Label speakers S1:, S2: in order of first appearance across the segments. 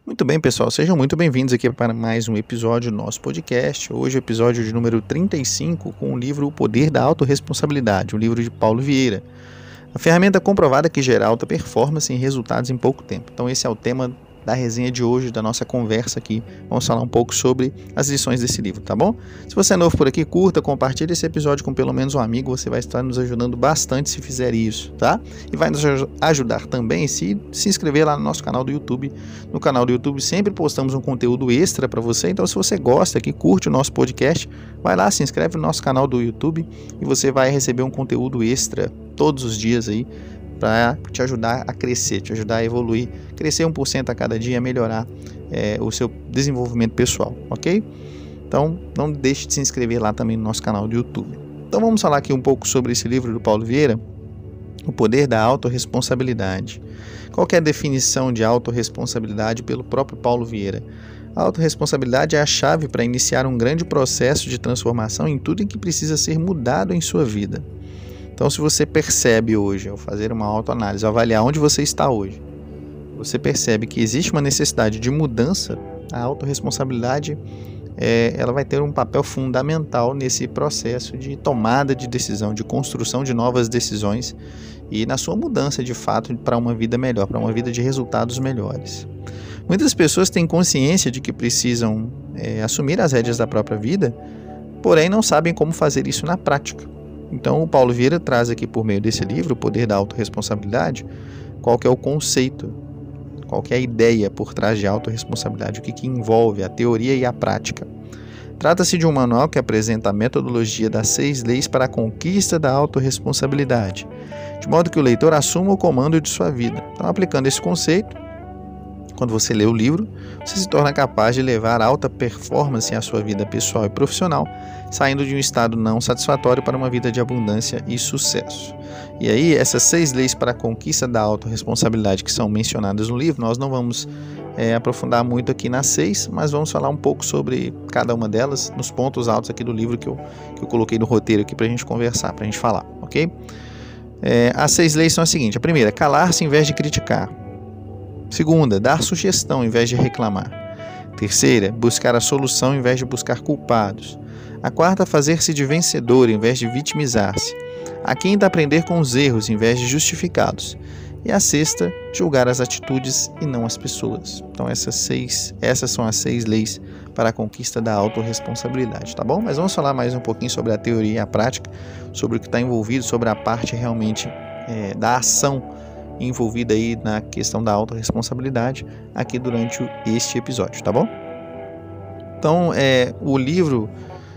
S1: Muito bem, pessoal, sejam muito bem-vindos aqui para mais um episódio do nosso podcast. Hoje é o episódio de número 35 com o livro O Poder da Autorresponsabilidade, um livro de Paulo Vieira. A ferramenta comprovada que gera alta performance e resultados em pouco tempo. Então esse é o tema da resenha de hoje, da nossa conversa aqui. Vamos falar um pouco sobre as lições desse livro, tá bom? Se você é novo por aqui, curta, compartilhe esse episódio com pelo menos um amigo, você vai estar nos ajudando bastante se fizer isso, tá? E vai nos ajudar também se inscrever lá no nosso canal do YouTube. No canal do YouTube sempre postamos um conteúdo extra para você, então se você gosta aqui, curte o nosso podcast, vai lá, se inscreve no nosso canal do YouTube e você vai receber um conteúdo extra todos os dias aí, para te ajudar a crescer, te ajudar a evoluir, crescer 1% a cada dia, melhorar o seu desenvolvimento pessoal, ok? Então, não deixe de se inscrever lá também no nosso canal do YouTube. Então, vamos falar aqui um pouco sobre esse livro do Paulo Vieira, O Poder da Autorresponsabilidade. Qual que é a definição de autorresponsabilidade pelo próprio Paulo Vieira? A autorresponsabilidade é a chave para iniciar um grande processo de transformação em tudo em que precisa ser mudado em sua vida. Então, se você percebe hoje, ao fazer uma autoanálise, ao avaliar onde você está hoje, você percebe que existe uma necessidade de mudança, a autorresponsabilidade ela vai ter um papel fundamental nesse processo de tomada de decisão, de construção de novas decisões e na sua mudança, de fato, para uma vida melhor, para uma vida de resultados melhores. Muitas pessoas têm consciência de que precisam assumir as rédeas da própria vida, porém não sabem como fazer isso na prática. Então, o Paulo Vieira traz aqui por meio desse livro, O Poder da Autorresponsabilidade, qual que é o conceito, qual que é a ideia por trás de autorresponsabilidade, o que envolve a teoria e a prática. Trata-se de um manual que apresenta a metodologia das 6 leis para a conquista da autorresponsabilidade, de modo que o leitor assuma o comando de sua vida. Então, aplicando esse conceito, quando você lê o livro, você se torna capaz de levar alta performance à sua vida pessoal e profissional, saindo de um estado não satisfatório para uma vida de abundância e sucesso. E aí, essas 6 leis para a conquista da autorresponsabilidade que são mencionadas no livro, nós não vamos aprofundar muito aqui nas 6, mas vamos falar um pouco sobre cada uma delas, nos pontos altos aqui do livro que eu coloquei no roteiro aqui para a gente conversar, para a gente falar, ok? As 6 leis são as seguintes: a primeira, calar-se em vez de criticar. Segunda, dar sugestão em vez de reclamar. Terceira, buscar a solução em vez de buscar culpados. A quarta, fazer-se de vencedor em vez de vitimizar-se. A quinta, aprender com os erros em vez de justificá-los. E a sexta, julgar as atitudes e não as pessoas. Então essas são as 6 leis para a conquista da autorresponsabilidade, tá bom? Mas vamos falar mais um pouquinho sobre a teoria e a prática, sobre o que está envolvido, sobre a parte realmente da ação envolvida aí na questão da autorresponsabilidade aqui durante este episódio, tá bom? Então, o livro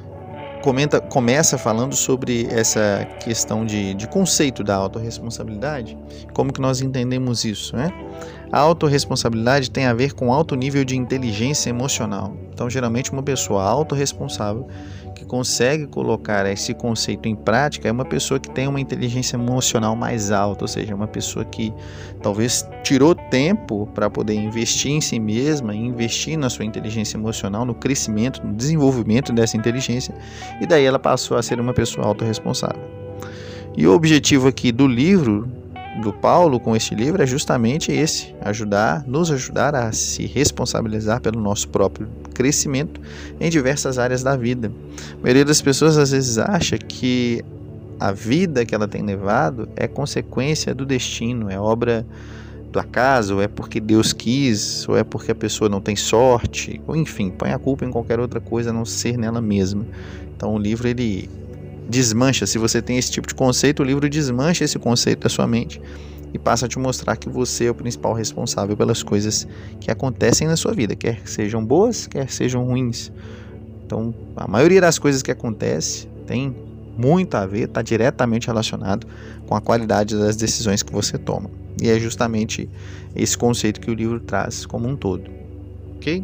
S1: começa falando sobre essa questão de conceito da autorresponsabilidade, como que nós entendemos isso, né? A autorresponsabilidade tem a ver com alto nível de inteligência emocional. Então, geralmente, uma pessoa autorresponsável que consegue colocar esse conceito em prática é uma pessoa que tem uma inteligência emocional mais alta, ou seja, uma pessoa que talvez tirou tempo para poder investir em si mesma, investir na sua inteligência emocional, no crescimento, no desenvolvimento dessa inteligência, e daí ela passou a ser uma pessoa autorresponsável. E o objetivo aqui do livro, do Paulo, com este livro, é justamente esse: nos ajudar a se responsabilizar pelo nosso próprio crescimento em diversas áreas da vida. A maioria das pessoas às vezes acha que a vida que ela tem levado é consequência do destino, é obra do acaso, ou é porque Deus quis, ou é porque a pessoa não tem sorte, ou enfim, põe a culpa em qualquer outra coisa a não ser nela mesma. Então o livro ele desmancha, se você tem esse tipo de conceito, o livro desmancha esse conceito da sua mente e passa a te mostrar que você é o principal responsável pelas coisas que acontecem na sua vida, quer sejam boas, quer sejam ruins. Então, a maioria das coisas que acontece tem muito a ver, está diretamente relacionado com a qualidade das decisões que você toma. E é justamente esse conceito que o livro traz como um todo, ok?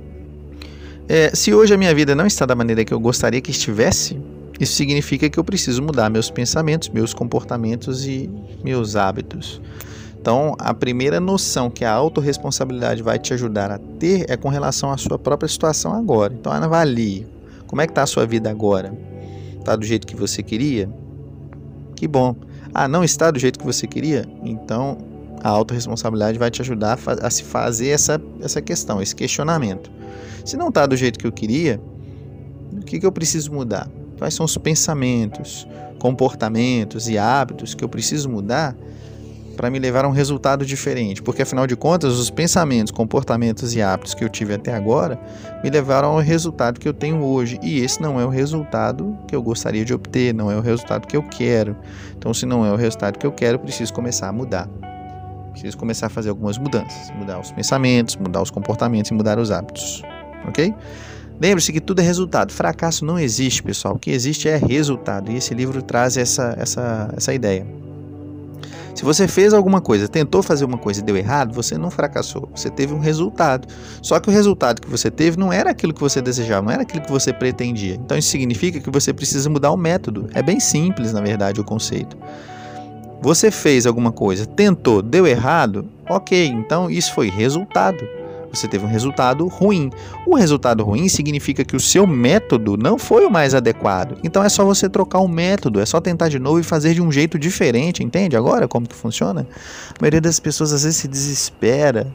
S1: Se hoje a minha vida não está da maneira que eu gostaria que estivesse, isso significa que eu preciso mudar meus pensamentos, meus comportamentos e meus hábitos. Então, a primeira noção que a autorresponsabilidade vai te ajudar a ter é com relação à sua própria situação agora. Então, avalie como é que está a sua vida agora. Está do jeito que você queria? Que bom. Não está do jeito que você queria? Então, A autorresponsabilidade vai te ajudar a se fazer essa questão, esse questionamento. Se não está do jeito que eu queria, o que eu preciso mudar? Quais são os pensamentos, comportamentos e hábitos que eu preciso mudar para me levar a um resultado diferente? Porque, afinal de contas, os pensamentos, comportamentos e hábitos que eu tive até agora me levaram ao resultado que eu tenho hoje. E esse não é o resultado que eu gostaria de obter, não é o resultado que eu quero. Então, se não é o resultado que eu quero, eu preciso começar a mudar. Preciso começar a fazer algumas mudanças. Mudar os pensamentos, mudar os comportamentos e mudar os hábitos. Ok? Lembre-se que tudo é resultado. Fracasso não existe, pessoal. O que existe é resultado. E esse livro traz essa ideia. Se você fez alguma coisa, tentou fazer uma coisa e deu errado, você não fracassou. Você teve um resultado. Só que o resultado que você teve não era aquilo que você desejava, não era aquilo que você pretendia. Então isso significa que você precisa mudar o método. É bem simples, na verdade, o conceito. Você fez alguma coisa, tentou, deu errado, ok, então isso foi resultado. Você teve um resultado ruim. O resultado ruim significa que o seu método não foi o mais adequado. Então é só você trocar o método, é só tentar de novo e fazer de um jeito diferente, entende agora como que funciona? A maioria das pessoas às vezes se desespera,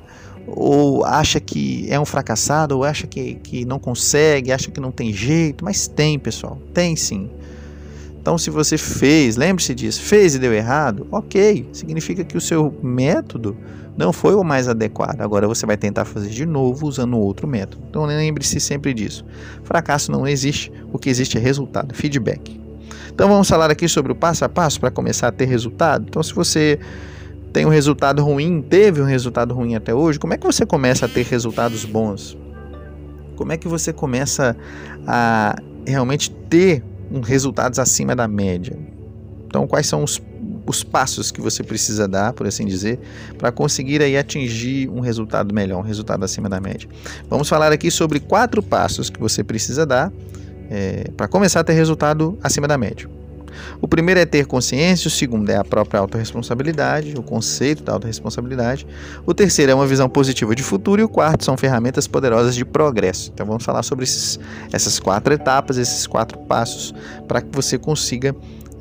S1: ou acha que é um fracassado, ou acha que não consegue, acha que não tem jeito, mas tem, pessoal, tem sim. Então, se você fez, lembre-se disso, fez e deu errado, ok, significa que o seu método não foi o mais adequado. Agora você vai tentar fazer de novo usando outro método. Então, lembre-se sempre disso. Fracasso não existe, o que existe é resultado, feedback. Então, vamos falar aqui sobre o passo a passo para começar a ter resultado. Então, se você tem um resultado ruim, teve um resultado ruim até hoje, como é que você começa a ter resultados bons? Como é que você começa a realmente ter resultados acima da média? Então, quais são os passos que você precisa dar, por assim dizer, para conseguir aí atingir um resultado melhor, um resultado acima da média? Vamos falar aqui sobre 4 passos que você precisa dar para começar a ter resultado acima da média. O primeiro é ter consciência, o segundo é a própria autorresponsabilidade, o conceito da autorresponsabilidade. O terceiro é uma visão positiva de futuro e o quarto são ferramentas poderosas de progresso. Então vamos falar sobre essas 4 etapas, esses 4 passos para que você consiga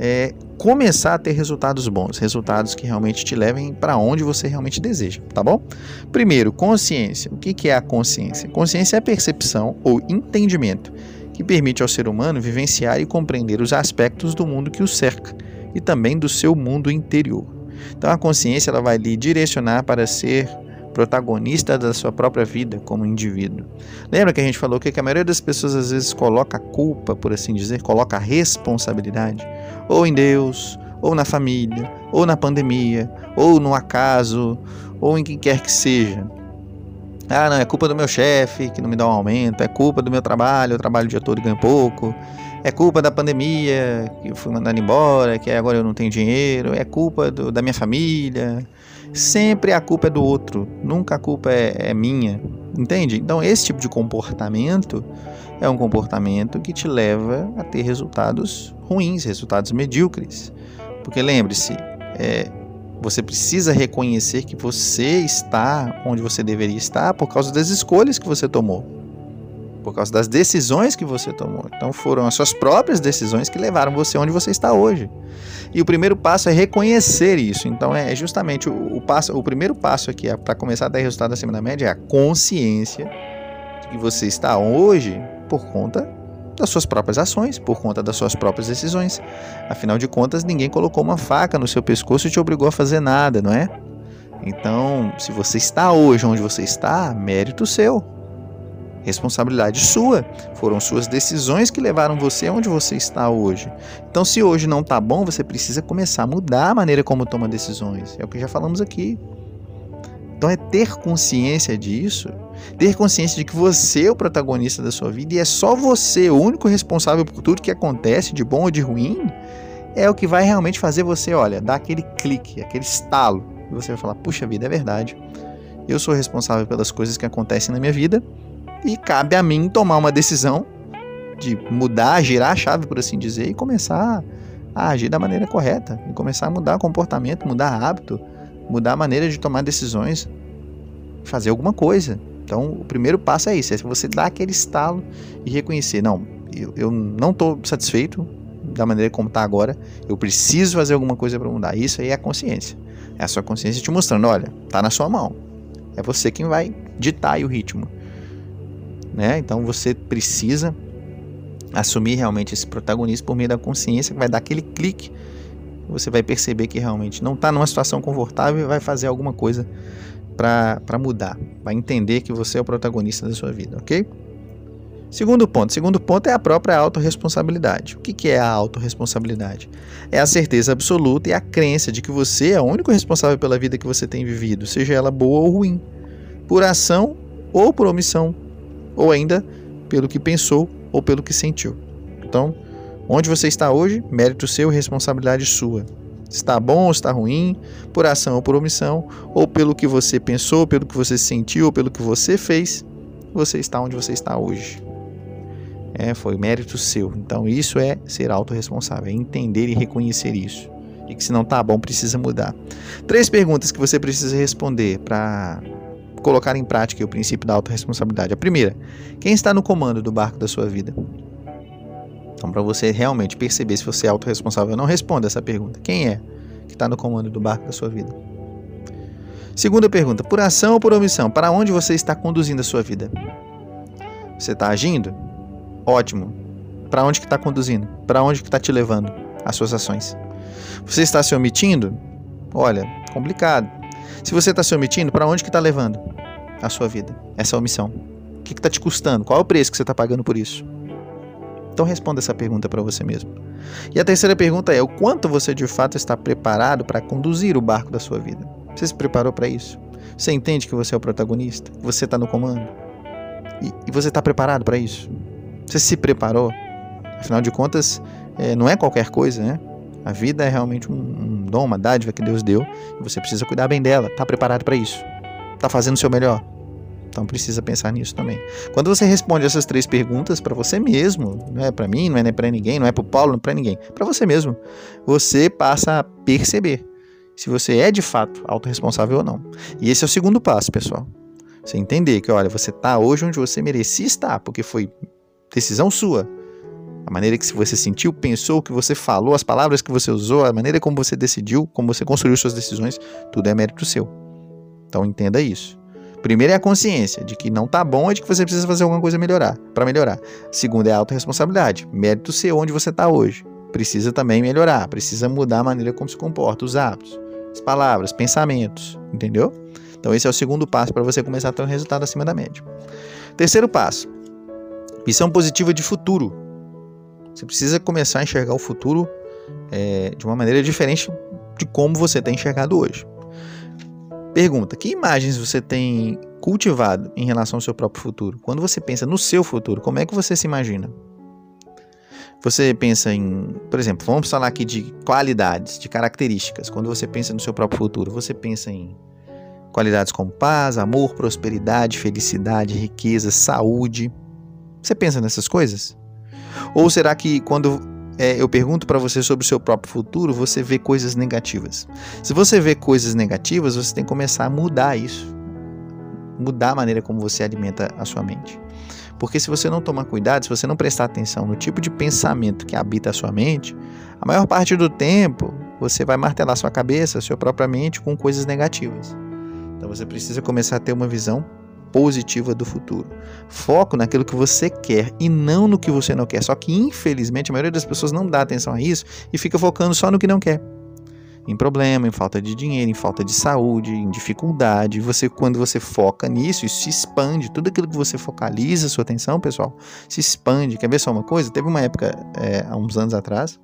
S1: começar a ter resultados bons, resultados que realmente te levem para onde você realmente deseja, tá bom? Primeiro, consciência. O que é a consciência? Consciência é a percepção ou entendimento que permite ao ser humano vivenciar e compreender os aspectos do mundo que o cerca e também do seu mundo interior. Então a consciência ela vai lhe direcionar para ser protagonista da sua própria vida como indivíduo. Lembra que a gente falou que a maioria das pessoas às vezes coloca a culpa, por assim dizer, coloca a responsabilidade ou em Deus, ou na família, ou na pandemia, ou no acaso, ou em quem quer que seja. Ah, não, é culpa do meu chefe que não me dá um aumento, é culpa do meu trabalho, eu trabalho o dia todo e ganho pouco, é culpa da pandemia, que eu fui mandado embora, que agora eu não tenho dinheiro, é culpa da minha família. Sempre a culpa é do outro, nunca a culpa é minha, entende? Então esse tipo de comportamento é um comportamento que te leva a ter resultados ruins, resultados medíocres. Porque lembre-se, você precisa reconhecer que você está onde você deveria estar por causa das escolhas que você tomou, por causa das decisões que você tomou. Então foram as suas próprias decisões que levaram você onde você está hoje. E o primeiro passo é reconhecer isso. Então é justamente o primeiro passo aqui para começar a ter resultado acima da média é a consciência de que você está hoje por conta das suas próprias ações, por conta das suas próprias decisões. Afinal de contas, ninguém colocou uma faca no seu pescoço e te obrigou a fazer nada, não é? Então, se você está hoje onde você está, mérito seu. Responsabilidade sua. Foram suas decisões que levaram você onde você está hoje. Então, se hoje não está bom, você precisa começar a mudar a maneira como toma decisões. É o que já falamos aqui. Então, é ter consciência disso, ter consciência de que você é o protagonista da sua vida e é só você o único responsável por tudo que acontece, de bom ou de ruim, é o que vai realmente fazer você, dar aquele clique, aquele estalo. E você vai falar, puxa vida, é verdade. Eu sou responsável pelas coisas que acontecem na minha vida e cabe a mim tomar uma decisão de mudar, girar a chave, por assim dizer, e começar a agir da maneira correta, e começar a mudar comportamento, mudar hábito, mudar a maneira de tomar decisões, fazer alguma coisa. Então, o primeiro passo é isso, é você dar aquele estalo e reconhecer, não, eu não estou satisfeito da maneira como está agora, eu preciso fazer alguma coisa para mudar. Isso aí é a consciência. É a sua consciência te mostrando, olha, tá na sua mão. É você quem vai ditar aí o ritmo, né? Então você precisa assumir realmente esse protagonismo por meio da consciência, que vai dar aquele clique. Você vai perceber que realmente não está numa situação confortável e vai fazer alguma coisa para mudar. Vai entender que você é o protagonista da sua vida, ok? Segundo ponto é a própria autorresponsabilidade. O que é a autorresponsabilidade? É a certeza absoluta e a crença de que você é o único responsável pela vida que você tem vivido, seja ela boa ou ruim, por ação ou por omissão, ou ainda pelo que pensou ou pelo que sentiu. Então, onde você está hoje, mérito seu e responsabilidade sua. Está bom ou está ruim, por ação ou por omissão, ou pelo que você pensou, pelo que você sentiu, ou pelo que você fez, você está onde você está hoje. Foi mérito seu. Então isso é ser autorresponsável, é entender e reconhecer isso. E que se não está bom, precisa mudar. 3 perguntas que você precisa responder para colocar em prática o princípio da autorresponsabilidade. A primeira, quem está no comando do barco da sua vida? Então, para você realmente perceber se você é autorresponsável, não responda essa pergunta. Quem é que está no comando do barco da sua vida? Segunda pergunta, por ação ou por omissão, para onde você está conduzindo a sua vida? Você está agindo? Ótimo. Para onde que está conduzindo? Para onde que está te levando as suas ações? Você está se omitindo? Olha, complicado. Se você está se omitindo, para onde que está levando a sua vida, essa omissão? O que está te custando? Qual é o preço que você está pagando por isso? Então responda essa pergunta para você mesmo. E a terceira pergunta é, o quanto você de fato está preparado para conduzir o barco da sua vida? Você se preparou para isso? Você entende que você é o protagonista? Que você está no comando? E você está preparado para isso? Você se preparou? Afinal de contas, não é qualquer coisa, né? A vida é realmente um dom, uma dádiva que Deus deu e você precisa cuidar bem dela. Está preparado para isso? Está fazendo o seu melhor? Então precisa pensar nisso também. Quando você responde essas 3 perguntas para você mesmo, não é para mim, não é para ninguém, não é para o Paulo, não é para ninguém, para você mesmo, você passa a perceber se você é de fato autorresponsável ou não. E esse é o segundo passo, pessoal. Você entender que, olha, você está hoje onde você merecia estar, porque foi decisão sua. A maneira que você sentiu, pensou, o que você falou, as palavras que você usou, a maneira como você decidiu, como você construiu suas decisões, tudo é mérito seu. Então entenda isso. Primeiro é a consciência de que não tá bom, é de que você precisa fazer alguma coisa para melhorar. Segundo é a autorresponsabilidade. Mérito seu onde você está hoje. Precisa também melhorar, precisa mudar a maneira como se comporta, os hábitos, as palavras, pensamentos, entendeu? Então esse é o segundo passo para você começar a ter um resultado acima da média. Terceiro passo, visão positiva de futuro. Você precisa começar a enxergar o futuro de uma maneira diferente de como você tem enxergado hoje. Pergunta, que imagens você tem cultivado em relação ao seu próprio futuro? Quando você pensa no seu futuro, como é que você se imagina? Você pensa em, por exemplo, vamos falar aqui de qualidades, de características. Quando você pensa no seu próprio futuro, você pensa em qualidades como paz, amor, prosperidade, felicidade, riqueza, saúde. Você pensa nessas coisas? Ou será que quando eu pergunto para você sobre o seu próprio futuro, você vê coisas negativas? Se você vê coisas negativas, você tem que começar a mudar isso. Mudar a maneira como você alimenta a sua mente. Porque se você não tomar cuidado, se você não prestar atenção no tipo de pensamento que habita a sua mente, a maior parte do tempo você vai martelar sua cabeça, sua própria mente com coisas negativas. Então você precisa começar a ter uma visão positiva do futuro. Foco naquilo que você quer e não no que você não quer. Só que infelizmente a maioria das pessoas não dá atenção a isso e fica focando só no que não quer. Em problema, em falta de dinheiro, em falta de saúde, em dificuldade. Quando você foca nisso, isso se expande. Tudo aquilo que você focaliza a sua atenção, pessoal, se expande. Quer ver só uma coisa? Teve uma época, há uns anos atrás,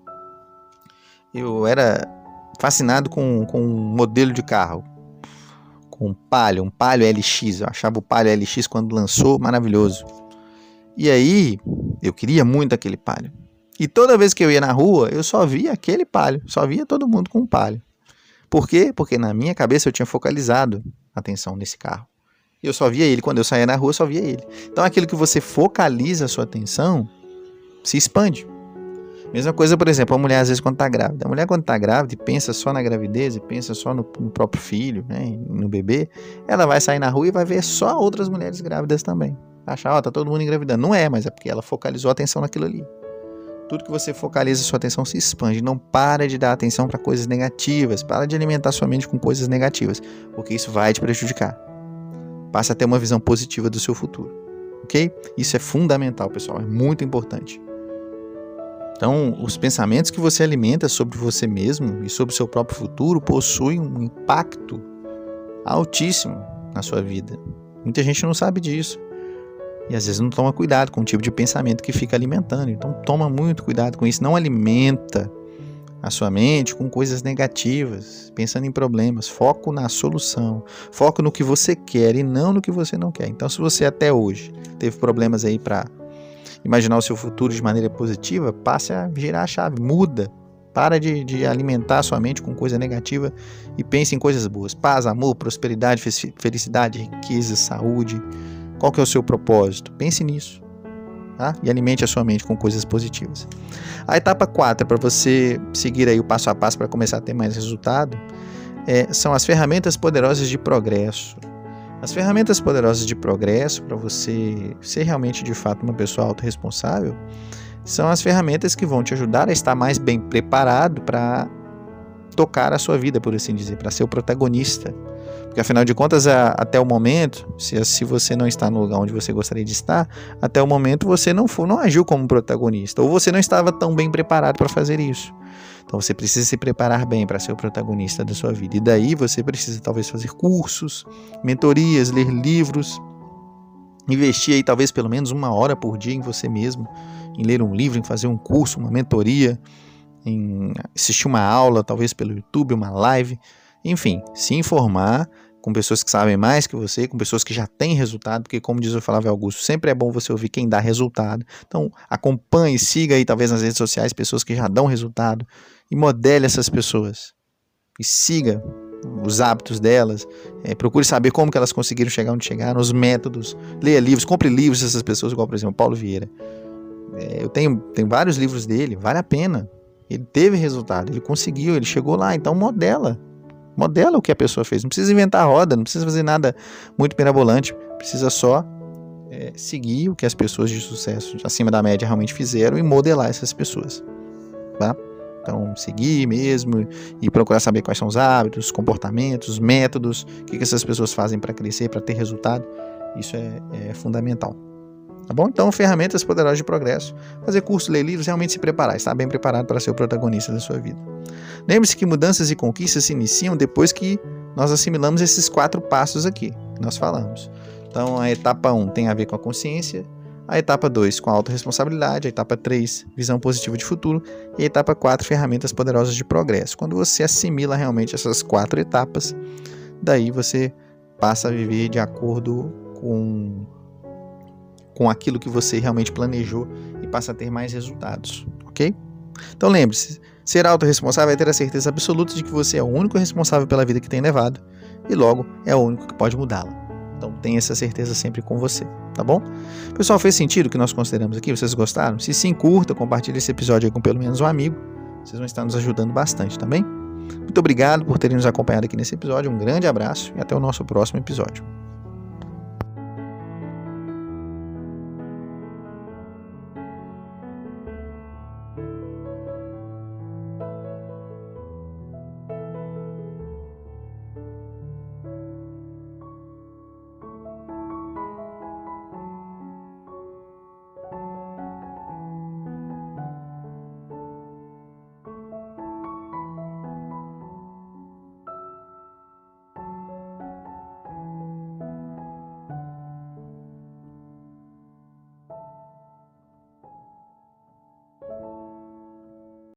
S1: eu era fascinado com um modelo de carro, com um Palio LX. Eu achava o Palio LX quando lançou maravilhoso. E aí, eu queria muito aquele Palio. E toda vez que eu ia na rua, eu só via aquele Palio, só via todo mundo com um Palio. Por quê? Porque na minha cabeça eu tinha focalizado a atenção nesse carro. Eu só via ele, quando eu saía na rua, eu só via ele. Então aquilo que você focaliza a sua atenção, se expande. Mesma coisa, por exemplo, a mulher às vezes quando está grávida. A mulher quando está grávida e pensa só na gravidez, e pensa só no próprio filho, né, no bebê, ela vai sair na rua e vai ver só outras mulheres grávidas também. Achar, tá todo mundo engravidando. Não é, mas é porque ela focalizou a atenção naquilo ali. Tudo que você focaliza sua atenção se expande. Não para de dar atenção para coisas negativas. Para de alimentar sua mente com coisas negativas, porque isso vai te prejudicar. Passa a ter uma visão positiva do seu futuro, ok? Isso é fundamental, pessoal, é muito importante. Então, os pensamentos que você alimenta sobre você mesmo e sobre o seu próprio futuro possuem um impacto altíssimo na sua vida. Muita gente não sabe disso. E às vezes não toma cuidado com o tipo de pensamento que fica alimentando. Então toma muito cuidado com isso. Não alimenta a sua mente com coisas negativas, pensando em problemas. Foco na solução. Foco no que você quer e não no que você não quer. Então, se você até hoje teve problemas aí para imaginar o seu futuro de maneira positiva, passe a girar a chave. Muda. Para de alimentar a sua mente com coisa negativa e pense em coisas boas. Paz, amor, prosperidade, felicidade, riqueza, saúde. Qual que é o seu propósito? Pense nisso, tá? E alimente a sua mente com coisas positivas. A etapa 4, para você seguir aí o passo a passo para começar a ter mais resultado, são as ferramentas poderosas de progresso. As ferramentas poderosas de progresso, para você ser realmente de fato uma pessoa autorresponsável, são as ferramentas que vão te ajudar a estar mais bem preparado para tocar a sua vida, por assim dizer, para ser o protagonista. Porque afinal de contas, até o momento, se você não está no lugar onde você gostaria de estar, até o momento você não agiu como protagonista, ou você não estava tão bem preparado para fazer isso. Então você precisa se preparar bem para ser o protagonista da sua vida. E daí você precisa talvez fazer cursos, mentorias, ler livros, investir aí talvez pelo menos 1 hora por dia em você mesmo, em ler um livro, em fazer um curso, uma mentoria, em assistir uma aula, talvez pelo YouTube, uma live. Enfim, se informar com pessoas que sabem mais que você, com pessoas que já têm resultado, porque como diz o Flávio Augusto, sempre é bom você ouvir quem dá resultado. Então acompanhe, siga aí talvez nas redes sociais pessoas que já dão resultado e modele essas pessoas. E siga os hábitos delas, procure saber como que elas conseguiram chegar onde chegaram, os métodos, leia livros, compre livros dessas pessoas, igual por exemplo Paulo Vieira. Eu tenho vários livros dele, vale a pena. Ele teve resultado, ele conseguiu, ele chegou lá, então modela o que a pessoa fez. Não precisa inventar a roda, não precisa fazer nada muito mirabolante, precisa só seguir o que as pessoas de sucesso acima da média realmente fizeram e modelar essas pessoas, tá? Então, seguir mesmo e procurar saber quais são os hábitos, comportamentos, métodos, o que essas pessoas fazem para crescer, para ter resultado. Isso é fundamental. Tá bom? Então, ferramentas poderosas de progresso. Fazer curso, ler livros, realmente se preparar. Estar bem preparado para ser o protagonista da sua vida. Lembre-se que mudanças e conquistas se iniciam depois que nós assimilamos esses 4 passos aqui que nós falamos. Então, a etapa 1 tem a ver com a consciência, a etapa 2 com a autorresponsabilidade, a etapa 3, visão positiva de futuro e a etapa 4, ferramentas poderosas de progresso. Quando você assimila realmente essas 4 etapas, daí você passa a viver de acordo com aquilo que você realmente planejou e passa a ter mais resultados, ok? Então lembre-se, ser autorresponsável é ter a certeza absoluta de que você é o único responsável pela vida que tem levado e logo é o único que pode mudá-la. Então tenha essa certeza sempre com você, tá bom? Pessoal, fez sentido o que nós consideramos aqui? Vocês gostaram? Se sim, curta, compartilhe esse episódio aí com pelo menos um amigo. Vocês vão estar nos ajudando bastante, tá bem? Muito obrigado por terem nos acompanhado aqui nesse episódio, um grande abraço e até o nosso próximo episódio.